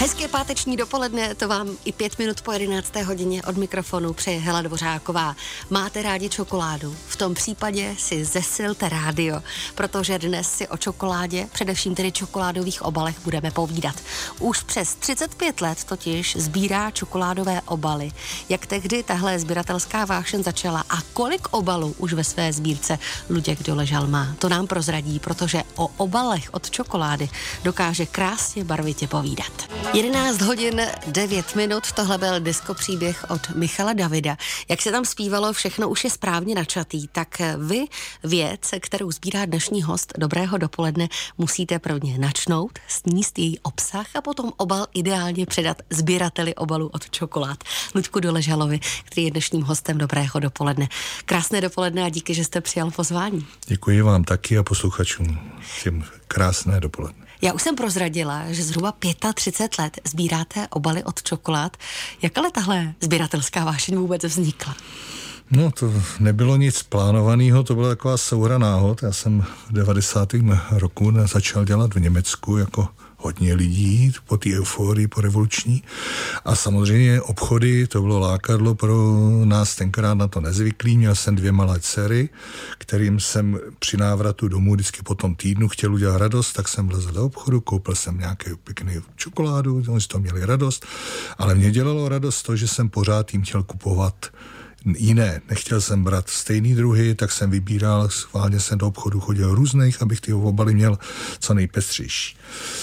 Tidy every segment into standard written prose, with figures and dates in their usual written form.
Hezké páteční dopoledne, to vám i 5 minut po 11. hodině od mikrofonu přeje Hela Dvořáková. Máte rádi čokoládu? V tom případě si zesilte rádio, protože dnes si o čokoládě, především tedy čokoládových obalech, budeme povídat. Už přes 35 let totiž sbírá čokoládové obaly. Jak tehdy tahle sběratelská vášeň začala a kolik obalů už ve své sbírce Luděk Doležal má? To nám prozradí, protože o obalech od čokolády dokáže krásně barvitě povídat. 11 hodin 9 minut, tohle byl disco příběh od Michala Davida. Jak se tam zpívalo, všechno už je správně načatý, tak vy věc, kterou sbírá dnešní host Dobrého dopoledne, musíte prvně načnout, sníst její obsah a potom obal ideálně předat sběrateli obalu od čokolád. Luďku Doležalovi, který je dnešním hostem Dobrého dopoledne. Krásné dopoledne a díky, že jste přijal pozvání. Děkuji vám taky a posluchačům. Všem krásné dopoledne. Já už jsem prozradila, že zhruba 35 let sbíráte obaly od čokolád. Jak ale tahle sběratelská vášeň vůbec vznikla? No, to nebylo nic plánovaného, to byla taková souhra náhod. Já jsem v 90. roku začal dělat v Německu jako hodně lidí po té euforii, po revoluční. A samozřejmě obchody, to bylo lákadlo pro nás tenkrát na to nezvyklý. Měl jsem 2 malé dcery, kterým jsem při návratu domů vždycky po tom týdnu chtěl udělat radost, tak jsem vlezl do obchodu, koupil jsem nějakou pěkný čokoládu, oni z toho měli radost, ale mě dělalo radost to, že jsem pořád jim chtěl kupovat jiné. Nechtěl jsem brát stejný druhy, tak jsem vybíral, schválně jsem do obchodu chodil různých, abych ty obaly měl co nejpestřejší.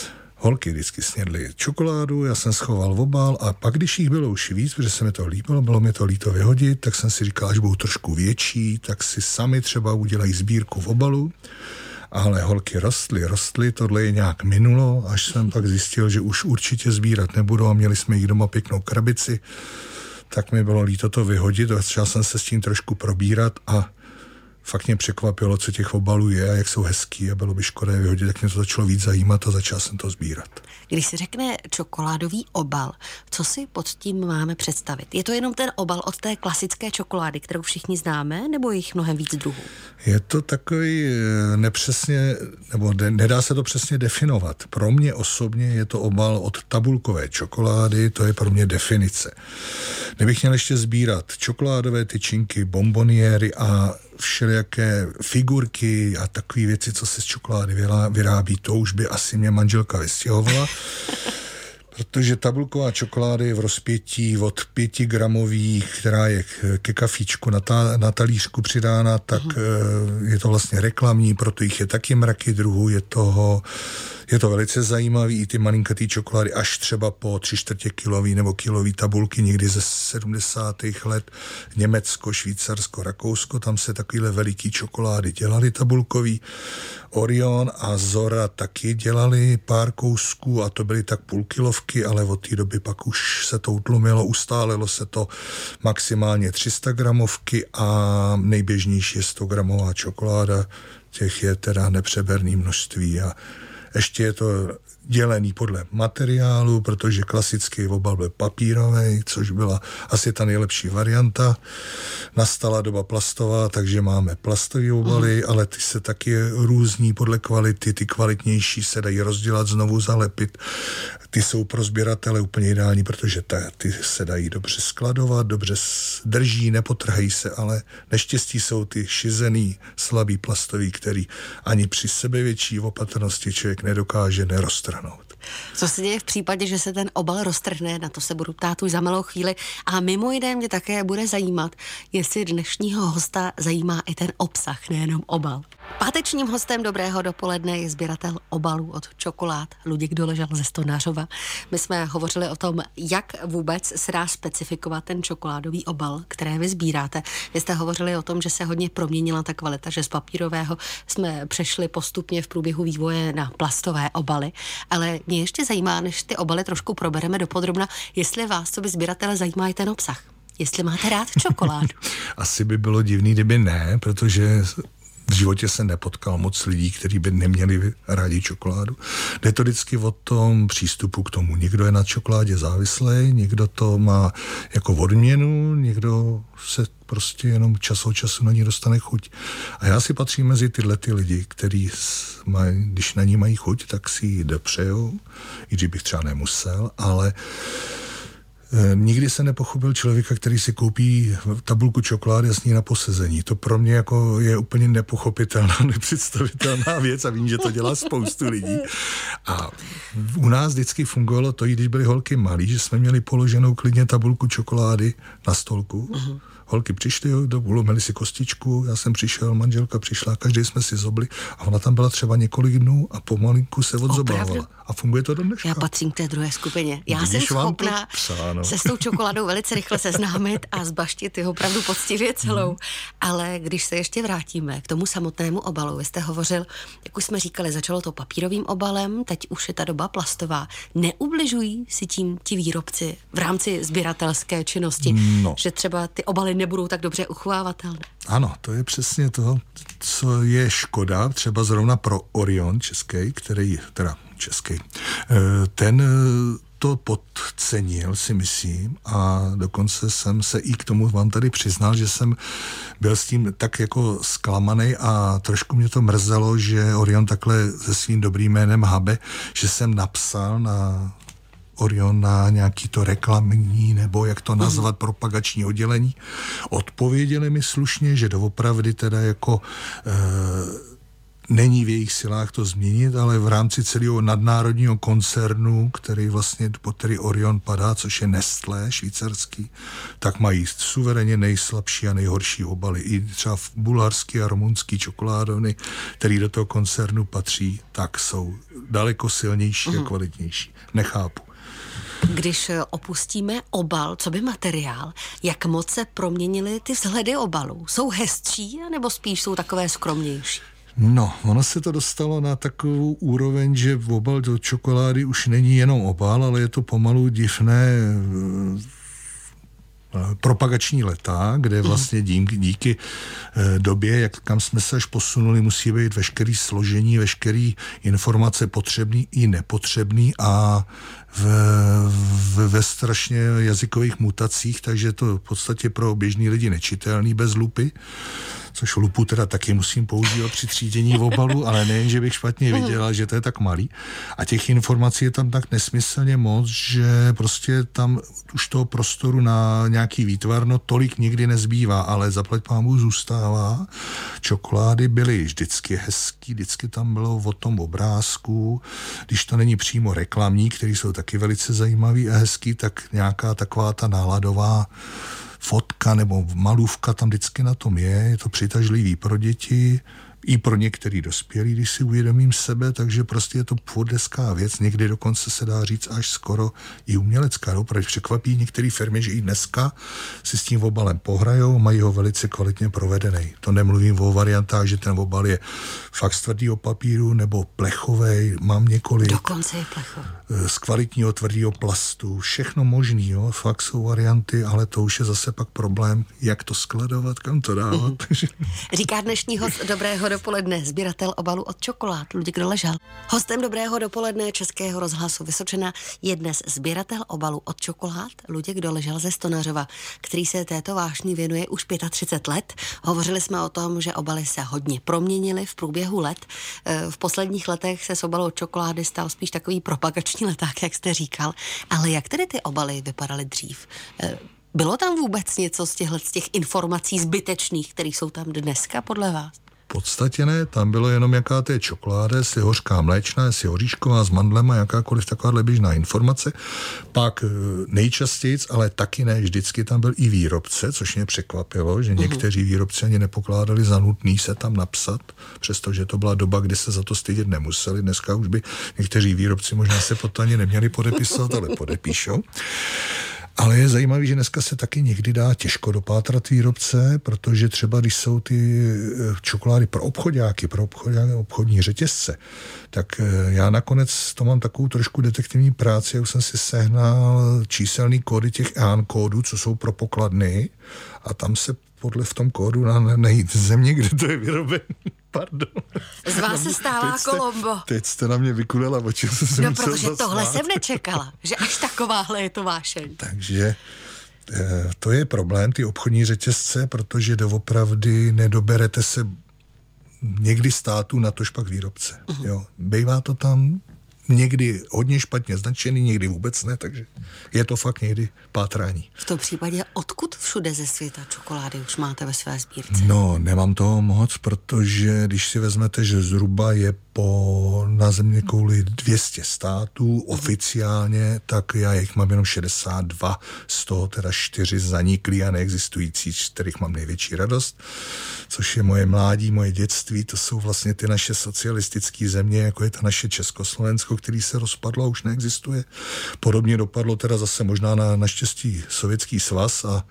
Holky vždycky snědly čokoládu, já jsem schoval obal a pak, když jich bylo už víc, protože se mi to líbilo, bylo mi to líto vyhodit, tak jsem si říkal, až budou trošku větší, tak si sami třeba udělají sbírku v obalu. Ale holky rostly, tohle je nějak minulo, až jsem pak zjistil, že už určitě sbírat nebudu a měli jsme jich doma pěknou krabici, tak mi bylo líto to vyhodit a začal jsem se s tím trošku probírat a fakt mě překvapilo, co těch obalů je a jak jsou hezký a bylo by škoda je vyhodit, tak mě to začalo víc zajímat a začal jsem to sbírat. Když se řekne čokoládový obal, co si pod tím máme představit? Je to jenom ten obal od té klasické čokolády, kterou všichni známe, nebo je jich mnohem víc druhů? Je to takový nepřesně, nebo nedá se to přesně definovat. Pro mě osobně je to obal od tabulkové čokolády, to je pro mě definice. Kdybych měl ještě sbírat čokoládové tyčinky, bonboniéry a všelijaké figurky a takové věci, co se z čokolády vyrábí, to už by asi mě manželka vystěhovala. Protože tabulková čokoláda je v rozpětí od 5 gramových, která je ke kafíčku na talířku přidána, tak je to vlastně reklamní, proto jich je taky mraky druhů, je to velice zajímavý, i ty malinkatý čokolády, až třeba po 3/4 kilový nebo kilový tabulky, někdy ze 70. let, Německo, Švýcarsko, Rakousko, tam se takovýhle veliký čokolády dělali tabulkový. Orion a Zora taky dělali pár kousků a to byly tak půlkilovky, ale od té doby pak už se to utlumilo, ustálilo se to maximálně 300 gramovky a nejběžnější je 100 gramová čokoláda, těch je teda nepřeberné množství a ještě je to dělený podle materiálu, protože klasický obal byl papírový, což byla asi ta nejlepší varianta. Nastala doba plastová, takže máme plastové obaly, ale ty se taky různí podle kvality. Ty kvalitnější se dají rozdělat, znovu zalepit. Ty jsou pro sběratele úplně ideální, protože ty se dají dobře skladovat, dobře drží, nepotrhají se, ale neštěstí jsou ty šizený, slabý plastový, který ani při sebevětší opatrnosti člověk nedokáže neroztrhnout. Co se děje v případě, že se ten obal roztrhne, na to se budu ptát už za malou chvíli. A mimo jiné mě také bude zajímat, jestli dnešního hosta zajímá i ten obsah, nejenom obal. Pátečním hostem Dobrého dopoledne je sběratel obalů od čokolád Luděk Doležal ze Stonářova. My jsme hovořili o tom, jak vůbec se dá specifikovat ten čokoládový obal, které vy sbíráte. Vy jste hovořili o tom, že se hodně proměnila ta kvalita, že z papírového jsme přešli postupně v průběhu vývoje na plastové obaly. Ale mě ještě zajímá, než ty obaly trošku probereme dopodrobna, jestli vás, co by sběratele, zajímá i ten obsah. Jestli máte rád čokoládu. Asi by bylo divný, kdyby ne, protože V životě se nepotkal moc lidí, kteří by neměli rádi čokoládu. Jde to vždycky o tom přístupu k tomu. Někdo je na čokoládě závislý, někdo to má jako odměnu, někdo se prostě jenom čas od času na ní dostane chuť. A já si patřím mezi tyhle ty lidi, kteří, když na ní mají chuť, tak si ji dopřejou, i když bych třeba nemusel, ale nikdy se nepochopil člověka, který si koupí tabulku čokolády a sní na posezení. To pro mě jako je úplně nepochopitelná, nepředstavitelná věc a vím, že to dělá spoustu lidí. A u nás vždycky fungovalo to, i když byly holky malí, že jsme měli položenou klidně tabulku čokolády na stolku. Holky přišly, ulomili si kostičku, já jsem přišel, manželka přišla, každý jsme si zobli a ona tam byla třeba několik dnů a pomalinku se odzobávala. A funguje to do dneška. Já patřím k té druhé skupině. Já jsem schopná se s tou čokoládou velice rychle seznámit a zbaštit jeho opravdu poctivě celou. Ale když se ještě vrátíme k tomu samotnému obalu, vy jste hovořil, jak už jsme říkali, začalo to papírovým obalem, teď už je ta doba plastová. Neubližují si tím ti výrobci v rámci sběratelské činnosti, že třeba ty obaly nebudou tak dobře uchovávatelné? Ano, to je přesně to, co je škoda, třeba zrovna pro Orion český, ten to podcenil, si myslím, a dokonce jsem se i k tomu vám tady přiznal, že jsem byl s tím tak jako zklamaný a trošku mě to mrzelo, že Orion takhle se svým dobrým jménem habe, že jsem napsal na Orion na nějaký to reklamní, nebo jak to nazvat, propagační oddělení. Odpověděli mi slušně, že doopravdy teda jako není v jejich silách to změnit, ale v rámci celého nadnárodního koncernu, pod který Orion padá, což je Nestlé švýcarský, tak mají suverénně nejslabší a nejhorší obaly. I třeba v bulharský a rumunský čokoládovny, který do toho koncernu patří, tak jsou daleko silnější a kvalitnější. Nechápu. Když opustíme obal, co by materiál, jak moc se proměnily ty vzhledy obalů? Jsou hezčí, nebo spíš jsou takové skromnější? No, ono se to dostalo na takovou úroveň, že obal do čokolády už není jenom obal, ale je to pomalu divné propagační leták, kde vlastně díky době, kam jsme se až posunuli, musí být veškerý složení, veškerý informace potřebný i nepotřebný a ve strašně jazykových mutacích, takže to v podstatě pro běžný lidi nečitelný bez lupy, což lupu teda taky musím používat při třídění v obalu, ale nejen, že bych špatně viděla, že to je tak malý. A těch informací je tam tak nesmyslně moc, že prostě tam už toho prostoru na nějaký výtvarno tolik nikdy nezbývá, ale zaplať pámu zůstává. Čokolády byly vždycky hezký, vždycky tam bylo o tom obrázku, když to není přímo reklamní, který jsou taky velice zajímavý a hezký, tak nějaká taková ta náladová fotka nebo malůvka tam vždycky na tom je to přitažlivý pro děti, i pro některý dospělí, když si uvědomím sebe, takže prostě je to podeská věc, někdy dokonce se dá říct až skoro i umělecká, no, protože překvapí některé firmy, že i dneska si s tím obalem pohrajou, mají ho velice kvalitně provedený. To nemluvím o variantách, že ten obal je fakt z tvrdého papíru nebo plechovej, mám několik. Dokonce je plechový. Z kvalitního tvrdého plastu, všechno možný, jo, fakt jsou varianty, ale to už je zase pak problém, jak to skladovat, kam to dávat. Říká dnešní host Dobrého dopoledne, sběratel obalu od čokolád, Luděk Doležal. Hostem Dobrého dopoledne Českého rozhlasu Vysočina je dnes sběratel obalu od čokolád Luděk Doležal ze Stonařova, který se této vášni věnuje už 35 let. Hovořili jsme o tom, že obaly se hodně proměnily v průběhu let. V posledních letech se z obalu od čokolády stal spíš takový propagační leták, jak jste říkal. Ale jak tedy ty obaly vypadaly dřív? Bylo tam vůbec něco z těch informací zbytečných, které jsou tam dneska podle vás? V podstatě ne, tam bylo jenom jaká to je čokoláda, jestli hořká mléčná, jestli hoříšková s mandlema, jakákoliv takováhle běžná informace. Pak nejčastěji, ale taky ne vždycky, tam byl i výrobce, což mě překvapilo, že někteří výrobci ani nepokládali za nutný se tam napsat, přestože to byla doba, kdy se za to stydět nemuseli. Dneska už by někteří výrobci možná se potom ani neměli podepisovat, ale podepíšou. Ale je zajímavý, že dneska se taky někdy dá těžko dopátrat výrobce, protože třeba když jsou ty čokolády pro obchodáky, obchodní řetězce, tak já nakonec to mám takovou trošku detektivní práci, já už jsem si sehnal číselný kódy těch EAN kódů, co jsou pro pokladny a tam se v tom kódu najít země, kde to je vyrobené. Pardon. Z vás se stává Colombo. Teď jste na mě vykulila oči. No, protože tohle jsem nečekala, že až takováhle je to vášeň. Takže to je problém, ty obchodní řetězce, protože doopravdy nedoberete se někdy států, natož pak výrobce. Jo. Bývá to tam někdy hodně špatně značený, někdy vůbec ne, takže je to fakt někdy pátrání. V tom případě odkud všude ze světa čokolády už máte ve své sbírce? No, nemám toho moc, protože když si vezmete, že zhruba je na zeměkouli 200 států oficiálně, tak já jich mám jenom 62, z toho teda 4 zaniklí a neexistující, z kterých mám největší radost, což je moje mládí, moje dětství, to jsou vlastně ty naše socialistické země, jako je to naše Československo, který se rozpadlo a už neexistuje. Podobně dopadlo teda zase možná na naštěstí Sovětský svaz a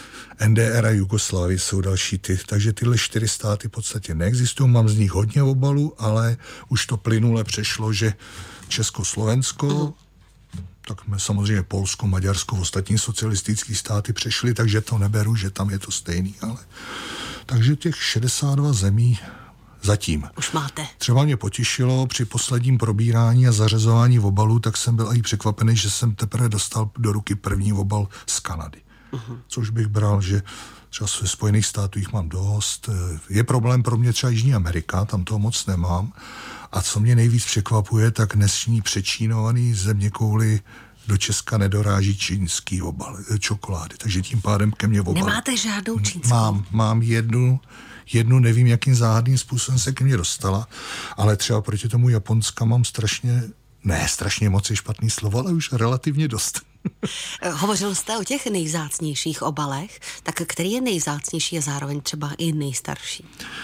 NDR a Jugoslávie jsou další ty. Takže tyhle 4 státy v podstatě neexistují. Mám z nich hodně obalů, ale už to plynule přešlo, že Československo, tak samozřejmě Polsko, Maďarsko, ostatní socialistické státy přešly, takže to neberu, že tam je to stejný. Ale takže těch 62 zemí zatím. Už máte. Třeba mě potěšilo při posledním probírání a zařazování obalů, tak jsem byl i překvapený, že jsem teprve dostal do ruky první obal z Kanady. Což bych bral, že třeba ve Spojených států jich mám dost. Je problém pro mě třeba Jižní Amerika, tam toho moc nemám. A co mě nejvíc překvapuje, tak dnešní přečínovaný zeměkouli do Česka nedoráží čínský obal, čokolády. Takže tím pádem ke mně obal. Nemáte žádnou čínskou? Mám jednu, nevím, jakým záhadným způsobem se ke mně dostala, ale třeba proti tomu Japonska mám strašně moc je špatný slovo, ale už relativně dost. Hovořil jste o těch nejvzácnějších obalech, tak který je nejvzácnější a zároveň třeba i nejstarší?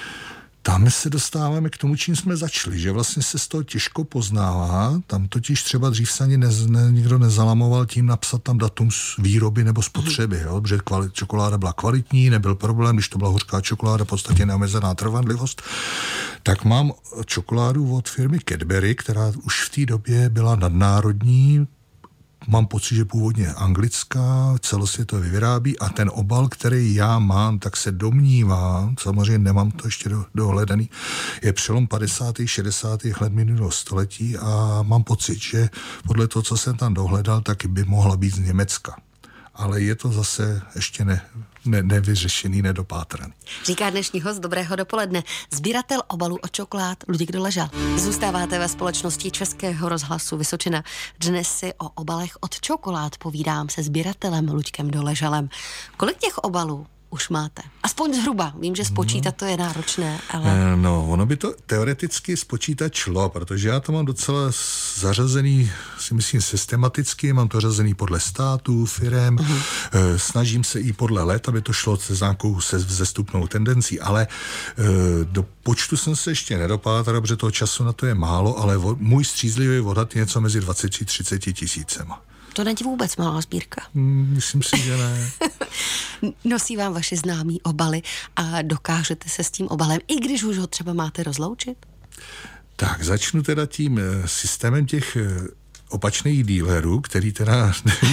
Tam se dostáváme k tomu, čím jsme začali, že vlastně se z toho těžko poznává. Tam totiž třeba dřív se ani nikdo nezalamoval tím napsat tam datum z výroby nebo spotřeby, jo? Protože čokoláda byla kvalitní, nebyl problém, když to byla hořká čokoláda, v podstatě neomezená trvanlivost. Tak mám čokoládu od firmy Cadbury, která už v té době byla nadnárodní, mám pocit, že původně anglická, celosvětově vyrábí a ten obal, který já mám, tak se domnívám, samozřejmě nemám to ještě dohledaný, je přelom 50. 60. let minulého století a mám pocit, že podle toho, co jsem tam dohledal, tak by mohla být z Německa. Ale je to zase ještě nevyřešený, nedopátraný. Říká dnešní host Dobrého dopoledne, sběratel obalů od čokolád Luděk Doležal. Zůstáváte ve společnosti Českého rozhlasu Vysočina. Dnes si o obalech od čokolád povídám se sběratelem Luďkem Doležalem. Kolik těch obalů už máte? Aspoň zhruba. Vím, že spočítat to je náročné, ale... No, ono by to teoreticky spočítat šlo, protože já to mám docela zařazený, si myslím, systematicky, mám to řazený podle států, firem, snažím se i podle let, aby to šlo se nějakou vzestupnou tendencí, ale do počtu jsem se ještě nedopátral, protože toho času na to je málo, ale můj střízlivý odhad je něco mezi 20-30 tisícema. To není vůbec malá sbírka. Myslím si, že ne. Nosí vám vaši známí obaly a dokážete se s tím obalem, i když už ho třeba máte rozloučit? Tak začnu teda tím systémem těch opačných dílerů, který teda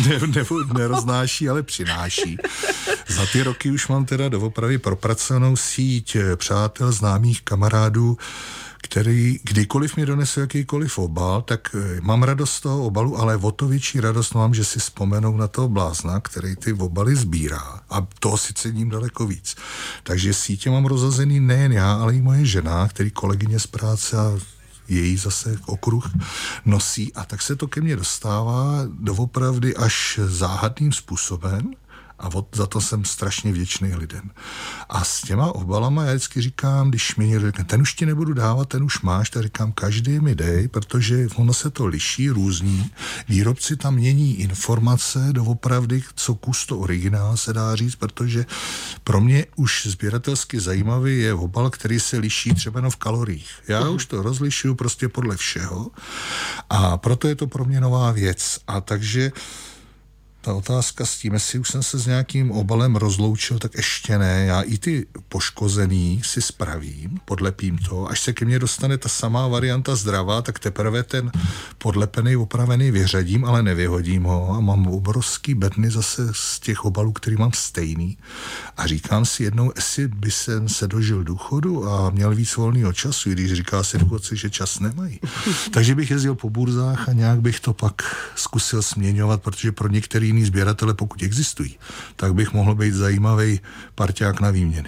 neroznáší, ale přináší. Za ty roky už mám teda doopravdy propracovanou síť přátel, známých kamarádů, který kdykoliv mi donese jakýkoliv obal, tak mám radost z toho obalu, ale o to větší radost mám, že si vzpomenou na toho blázna, který ty obaly sbírá. A toho si cením daleko víc. Takže sítě mám rozhazený nejen já, ale i moje žena, který kolegyně z práce a její zase okruh nosí. A tak se to ke mně dostává doopravdy až záhadným způsobem. A za to jsem strašně vděčný lidem. A s těma obalama já vždycky říkám, když mi někdo řekne, ten už ti nebudu dávat, ten už máš, tak říkám, každý mi dej, protože ono se to liší, různí. Výrobci tam mění informace doopravdy, co kus to originál se dá říct, protože pro mě už sběratelsky zajímavý je obal, který se liší třeba jenom v kaloriích. Já už to rozlišuju prostě podle všeho a proto je to pro mě nová věc. A takže ta otázka s tím, jestli už jsem se s nějakým obalem rozloučil, tak ještě ne. Já i ty poškozený si spravím, podlepím to, až se ke mně dostane ta samá varianta zdravá, tak teprve ten podlepený, opravený vyřadím, ale nevyhodím ho a mám obrovský bedny zase z těch obalů, který mám stejný. A říkám si jednou, jestli by jsem se dožil důchodu a měl víc volného času, když říká si důchodci, že čas nemají. Takže bych jezdil po burzách a nějak bych to pak zkusil směňovat, protože pro některý jiný sběratele, pokud existují, tak bych mohl být zajímavý parťák na výměny.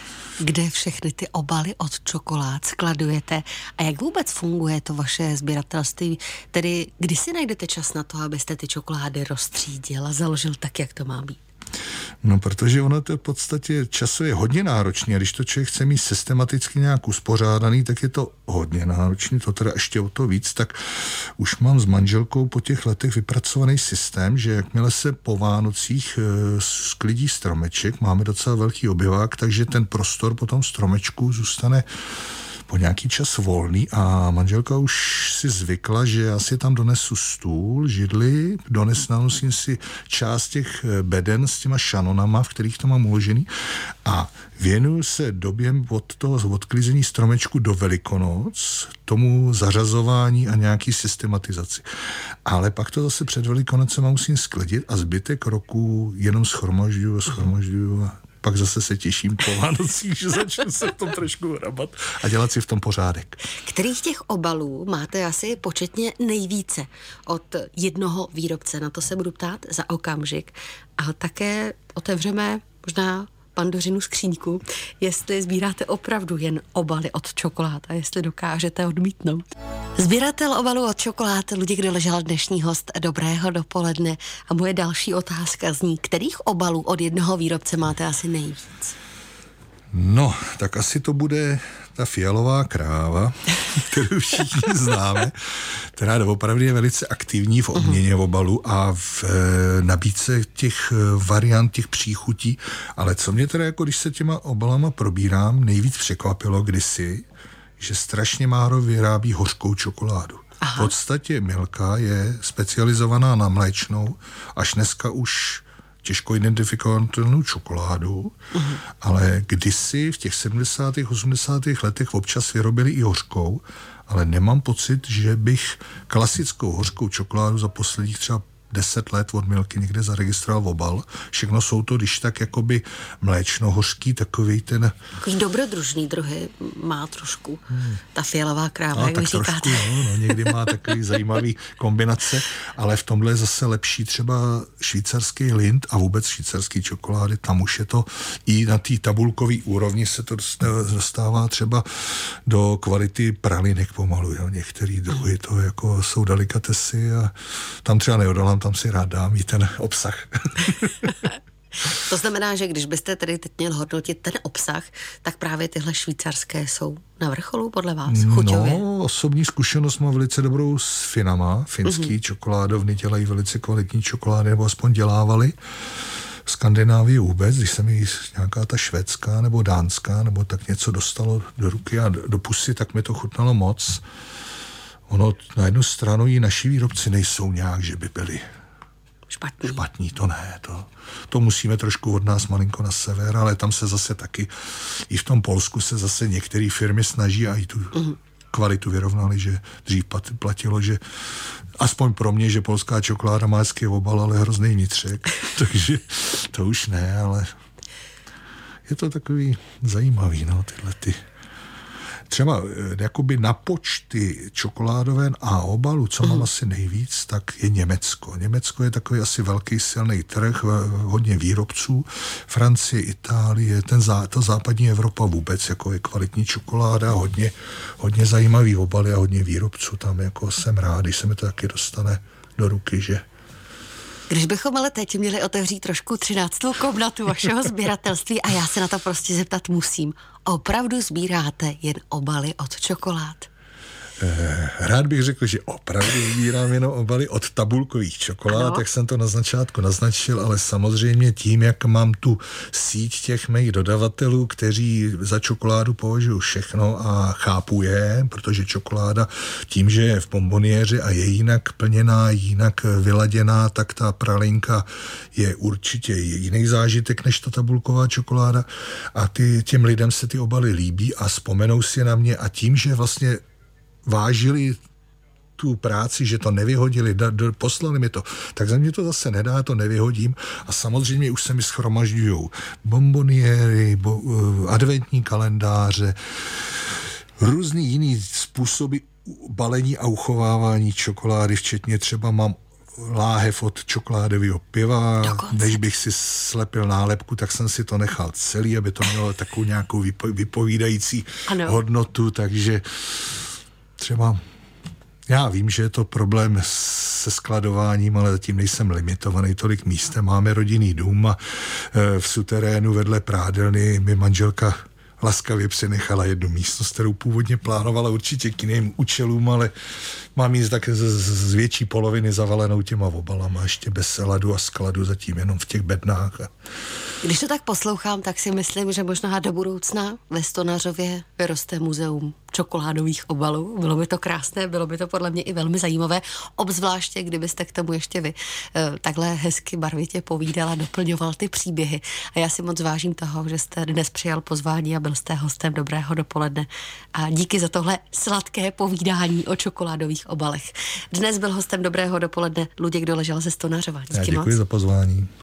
Kde všechny ty obaly od čokolád skladujete a jak vůbec funguje to vaše sběratelství? Tedy kdy si najdete čas na to, abyste ty čokolády rozstřídil a založil tak, jak to má být? No, protože ono to v podstatě časově hodně náročný a když to člověk chce mít systematicky nějak uspořádaný, tak je to hodně náročný, to teda ještě o to víc, tak už mám s manželkou po těch letech vypracovaný systém, že jakmile se po Vánocích sklidí stromeček, máme docela velký obyvák, takže ten prostor po tom stromečku zůstane po nějaký čas volný a manželka už si zvykla, že já si tam donesu stůl, židli, nanosím si část těch beden s těma šanonama, v kterých to mám uložený a věnuju se době od toho odklizení stromečku do Velikonoc, tomu zařazování a nějaký systematizaci. Ale pak to zase před Velikonocem musím sklidit a zbytek roku jenom schromažďuju a pak zase se těším po Vánocích, že začnu se v tom trošku hrabat a dělat si v tom pořádek. Kterých těch obalů máte asi početně nejvíce od jednoho výrobce? Na to se budu ptát za okamžik. A také otevřeme možná Pandořinu skříňku, jestli sbíráte opravdu jen obaly od čokolád a jestli dokážete odmítnout. Sběratel obalů od čokolád Luděk Doležal, dnešní host Dobrého dopoledne. A moje další otázka zní, kterých obalů od jednoho výrobce máte asi nejvíc? No, tak asi to bude ta fialová kráva, kterou všichni známe, která opravdu je velice aktivní v obměně obalu a v nabídce těch variant, těch příchutí. Ale co mě teda, jako když se těma obalama probírám, nejvíc překvapilo kdysi, že strašně málo vyrábí hořkou čokoládu. Aha. V podstatě Milka je specializovaná na mléčnou, až dneska už těžko identifikovatelnou čokoládu, ale kdysi v těch 70. 80. letech občas vyrobili i hořkou, ale nemám pocit, že bych klasickou hořkou čokoládu za posledních třeba 10 let od Milky někde zaregistroval obal. Všechno jsou to, když tak jakoby mléčno-hořký, takový ten... Takový dobrodružný druhy má trošku. Ta fialová kráva, jak vy říkáte. No, někdy má takový zajímavý kombinace, ale v tomhle je zase lepší třeba švýcarský Lindt a vůbec švýcarský čokolády. Tam už je to i na té tabulkové úrovni se to dostává třeba do kvality pralinek pomalu. Jo. Některý druhy to jako jsou delikatesy a tam třeba neodolám, tam si rád dám i ten obsah. To znamená, že když byste tedy teď měl hodnotit ten obsah, tak právě tyhle švýcarské jsou na vrcholu podle vás chuťově? No, osobní zkušenost má velice dobrou s Finama. Finský čokoládovny dělají velice kvalitní čokolády, nebo aspoň dělávali. V Skandinávii vůbec, když se mi nějaká ta švédská nebo dánská, nebo tak něco dostalo do ruky a do pusy, tak mi to chutnalo moc. Ono na jednu stranu i naši výrobci nejsou nějak, že by byli špatní, to ne. To musíme trošku od nás malinko na sever, ale tam se zase taky, i v tom Polsku se zase některé firmy snaží a i tu kvalitu vyrovnali, že dřív platilo, že aspoň pro mě, že polská čokoláda má hezký obal, ale hrozný vnitřek, takže to už ne, ale je to takový zajímavý, no, tyhle ty. Třeba jakoby na počty čokoládoven a obalu, co mám asi nejvíc, tak je Německo. Německo je takový asi velký silný trh, hodně výrobců. Francie, Itálie, to západní Evropa vůbec, jako je kvalitní čokoláda, hodně zajímavý obaly a hodně výrobců. Tam jako jsem rád, když se mi to taky dostane do ruky, že... Když bychom ale teď měli otevřít trošku 13. komnatu vašeho sběratelství a já se na to prostě zeptat musím. Opravdu sbíráte jen obaly od čokolád? Rád bych řekl, že opravdu vybírám jenom obaly od tabulkových čokolád, jak jsem to na začátku naznačil, ale samozřejmě tím, jak mám tu síť těch mých dodavatelů, kteří za čokoládu považují všechno a chápu je, protože čokoláda tím, že je v bomboniéře a je jinak plněná, jinak vyladěná, tak ta pralinka je určitě jiný zážitek než ta tabulková čokoláda a těm lidem se ty obaly líbí a vzpomenou si na mě a tím, že vlastně vážili tu práci, že to nevyhodili, poslali mi to, tak za mě to zase nedá, to nevyhodím a samozřejmě už se mi schromažďujou bomboniéry, adventní kalendáře, různý jiný způsoby balení a uchovávání čokolády, včetně třeba mám láhev od čokoládového piva. Dokonce. Než bych si slepil nálepku, tak jsem si to nechal celý, aby to mělo takovou nějakou vypovídající hodnotu, takže třeba já vím, že je to problém se skladováním, ale zatím nejsem limitovaný tolik místem. Máme rodinný dům a v suterénu vedle prádelny mi manželka laskavě přenechala jednu místnost, kterou původně plánovala určitě k jiným účelům, ale mám jí tak z větší poloviny zavalenou těma obalama, ještě bez ladu a skladu, zatím jenom v těch bednách. Když to tak poslouchám, tak si myslím, že možná do budoucna ve Stonařově vyroste muzeum čokoládových obalů. Bylo by to krásné, bylo by to podle mě i velmi zajímavé, obzvláště kdybyste k tomu ještě vy takhle hezky barvitě povídala, doplňoval ty příběhy. A já si moc vážím toho, že jste dnes přijal pozvání a byl jste hostem Dobrého dopoledne. A díky za tohle sladké povídání o čokoládových obalech. Dnes byl hostem Dobrého dopoledne Luděk Doležal ze Stonařova. Díky Děkuji moc. za pozvání.